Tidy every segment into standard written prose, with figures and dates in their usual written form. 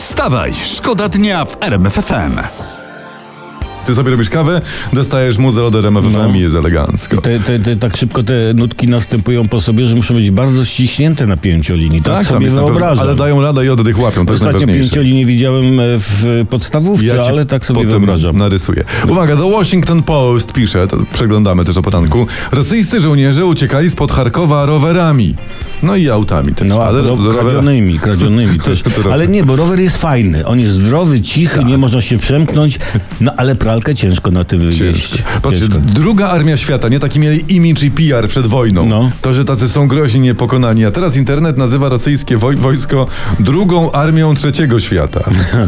Wstawaj, szkoda dnia w RMF FM. Ty sobie robisz kawę, dostajesz muzę od RMF FM i jest elegancko. Tak szybko te nutki następują po sobie, że muszą być bardzo ściśnięte na pięciolinii. Tak sobie wyobrażam. Ale dają radę i oddech łapią, to jest Ostatnio najważniejsze. pięciolinię widziałem w podstawówce, ale tak sobie wyobrażam. Narysuję. Uwaga, The Washington Post pisze, to przeglądamy też o poranku, rosyjscy żołnierze uciekali spod Charkowa rowerami. No i autami też. No, ale kradzionymi też. Ale nie, bo rower jest fajny. On jest zdrowy, cichy, nie można się przemknąć, no ale pralkę ciężko na tym wywieźć. Patrzcie, druga armia świata, nie taki mieli imidż i PR przed wojną. No. To, że tacy są groźni, niepokonani. A teraz internet nazywa rosyjskie wojsko drugą armią trzeciego świata.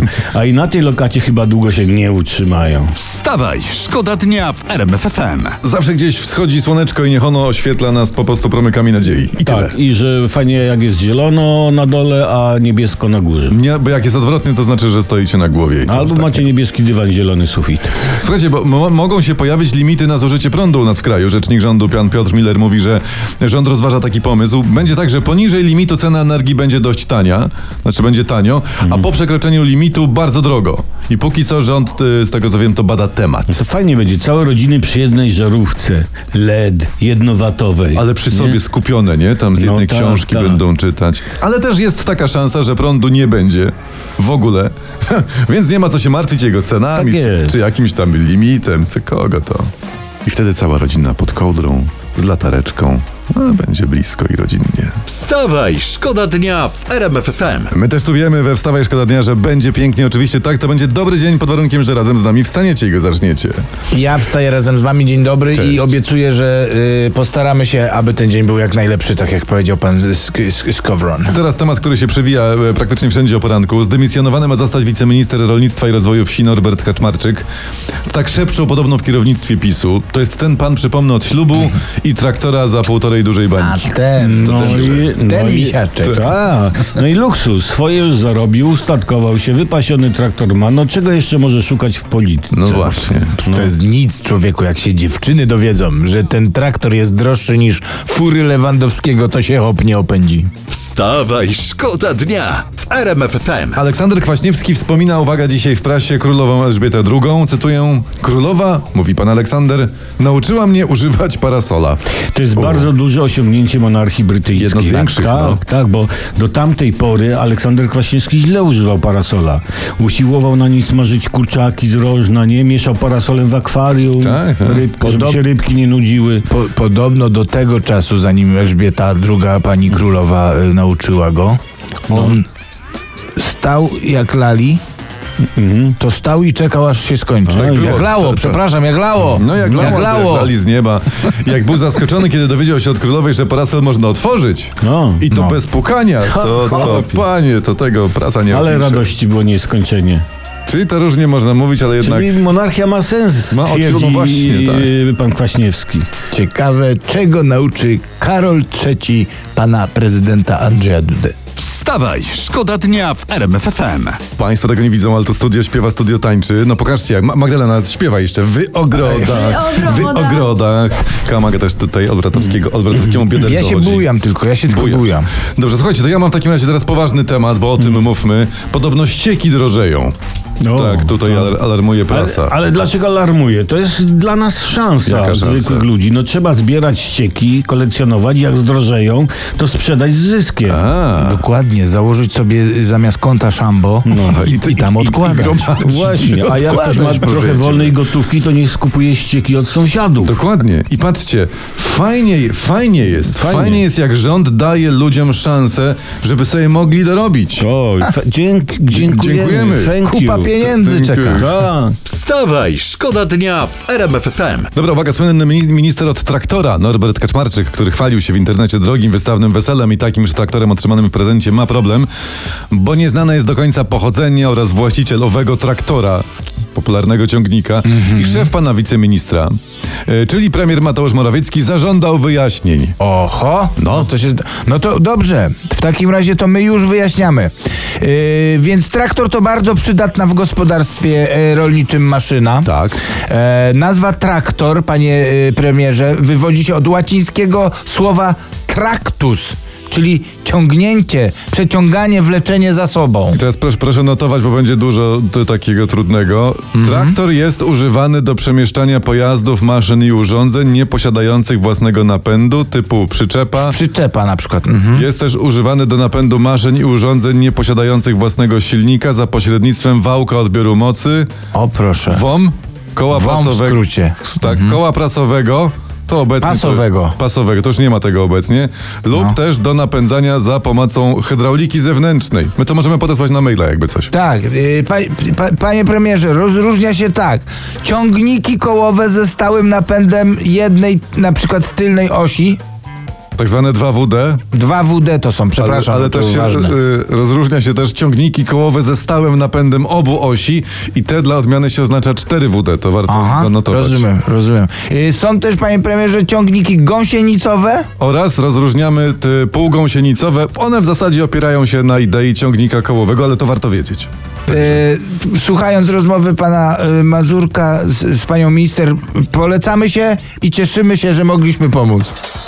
A i na tej lokacie chyba długo się nie utrzymają. Wstawaj, szkoda dnia w RMF FM. Zawsze gdzieś wschodzi słoneczko i niech ono oświetla nas po prostu promykami nadziei. I tyle. Tak, i że fajnie jak jest zielono na dole, a niebiesko na górze. Nie, bo jak jest odwrotnie, to znaczy, że stoicie na głowie. Albo macie niebieski dywan, zielony sufit. Słuchajcie, bo mogą się pojawić limity na zużycie prądu u nas w kraju. Rzecznik rządu pan Piotr Miller mówi, że rząd rozważa taki pomysł. Będzie tak, że poniżej limitu cena energii będzie dość tania, znaczy będzie tanio, a po przekroczeniu limitu bardzo drogo. I póki co rząd, z tego co wiem, to bada temat. To fajnie będzie, całe rodziny przy jednej żarówce LED jednowatowej. Ale przy sobie skupione, nie? Tam z jednej książki będą czytać. Ale też jest taka szansa, że prądu nie będzie w ogóle. Więc nie ma co się martwić jego cenami, czy jakimś tam limitem, kogo to. I wtedy cała rodzina pod kołdrą, z latareczką. Będzie blisko i rodzinnie. Wstawaj, szkoda dnia w RMF FM. My też tu wiemy we Wstawaj Szkoda Dnia, że będzie pięknie. Oczywiście tak, to będzie dobry dzień pod warunkiem, że razem z nami wstaniecie i go zaczniecie. Ja wstaję razem z wami, dzień dobry. Cześć. I obiecuję, że postaramy się, aby ten dzień był jak najlepszy, tak jak powiedział pan Skowron. Teraz temat, który się przewija praktycznie wszędzie o poranku. Zdymisjonowany ma zostać wiceminister rolnictwa i rozwoju wsi Norbert Kaczmarczyk. Tak szepczą podobno w kierownictwie PiS-u. To jest ten pan, przypomnę, od ślubu i traktora za półtorej dużej bańki. A ten, ten misiaczek. No i luksus. Swoje już zarobił, ustatkował się, wypasiony traktor ma. No czego jeszcze może szukać w polityce? No właśnie. To jest nic, człowieku, jak się dziewczyny dowiedzą, że ten traktor jest droższy niż fury Lewandowskiego, to się hop nie opędzi. Wstawaj, szkoda dnia w RMF FM. Aleksander Kwaśniewski wspomina, uwaga, dzisiaj w prasie królową Elżbietę II. Cytuję: królowa, mówi pan Aleksander, nauczyła mnie używać parasola. To jest bardzo duże osiągnięcie monarchii brytyjskiej. Jedno z większych, Tak, bo do tamtej pory Aleksander Kwaśniewski źle używał parasola. Usiłował na nim smażyć kurczaki z rożna, nie? Mieszał parasolem w akwarium, żeby się rybki nie nudziły. Podobno do tego czasu, zanim Elżbieta II, pani królowa, nauczyła go, on stał jak lali, to stał i czekał, aż się skończy. Jak lało. No jak lało. Lali z nieba. Jak był zaskoczony, kiedy dowiedział się od królowej, że parasol można otworzyć. I to bez pukania. To panie, to tego praca nie Ale opisze. radości było nieskończenie. Czyli to różnie można mówić, ale jednak... Czyli monarchia ma sens, twierdzi pan Kwaśniewski. Ciekawe, czego nauczy Karol III pana prezydenta Andrzeja Dudę. Wstawaj, szkoda dnia w RMF FM. Państwo tego nie widzą, ale tu studio śpiewa, studio tańczy. No pokażcie, jak Magdalena śpiewa jeszcze w ogrodach. Kamaga też tutaj Olbratowskiemu bioderko Ja się bujam tylko. Bujam. Dobrze, słuchajcie, to ja mam w takim razie teraz poważny temat, bo o tym mówmy. Podobno ścieki drożeją. Tak, tutaj alarmuje prasa. Ale dlaczego alarmuje? To jest dla nas szansa zwykłych ludzi. No trzeba zbierać ścieki, kolekcjonować, jak zdrożeją, to sprzedać z zyskiem. Dokładnie, założyć sobie zamiast konta szambo i tam odkładać. Właśnie, a jak ktoś ma trochę wolnej gotówki, to niech skupuje ścieki od sąsiadów. Dokładnie. I patrzcie, fajnie jest, jak rząd daje ludziom szansę, żeby sobie mogli dorobić. Dziękujemy. Kupa pieniędzy czeka. Wstawaj, szkoda dnia w RMF FM. Dobra, uwaga, słynny minister od traktora, Norbert Kaczmarczyk, który chwalił się w internecie drogim, wystawnym weselem i takim, że traktorem otrzymanym w prezencie ma problem, bo nieznane jest do końca pochodzenie oraz właściciel owego traktora, popularnego ciągnika, i szef pana wiceministra, czyli premier Mateusz Morawiecki, zażądał wyjaśnień. Oho, no to dobrze. W takim razie to my już wyjaśniamy. Więc traktor to bardzo przydatna w gospodarstwie rolniczym maszyna. Tak. Nazwa traktor, panie premierze, wywodzi się od łacińskiego słowa tractus, czyli ciągnięcie, przeciąganie, wleczenie za sobą. I teraz proszę notować, bo będzie dużo takiego trudnego. Traktor jest używany do przemieszczania pojazdów, maszyn i urządzeń nieposiadających własnego napędu typu przyczepa. Przyczepa na przykład. Jest też używany do napędu maszyn i urządzeń nieposiadających własnego silnika za pośrednictwem wałka odbioru mocy. O proszę. WOM, koła WOM w prasowego. skrócie. Tak, koła prasowego. To obecnie pasowego, to już nie ma tego obecnie. Lub też do napędzania za pomocą hydrauliki zewnętrznej. My to możemy podesłać na maila, jakby coś. Tak, panie premierze, rozróżnia się tak. Ciągniki kołowe ze stałym napędem jednej, na przykład tylnej osi. Tak zwane 2WD. 2WD to są, przepraszam. Ale też rozróżnia się też ciągniki kołowe ze stałym napędem obu osi i te dla odmiany się oznacza 4WD. To warto zanotować. Rozumiem. Są też, panie premierze, ciągniki gąsienicowe. Oraz rozróżniamy te półgąsienicowe. One w zasadzie opierają się na idei ciągnika kołowego, ale to warto wiedzieć. Słuchając rozmowy pana Mazurka z panią minister, polecamy się i cieszymy się, że mogliśmy pomóc.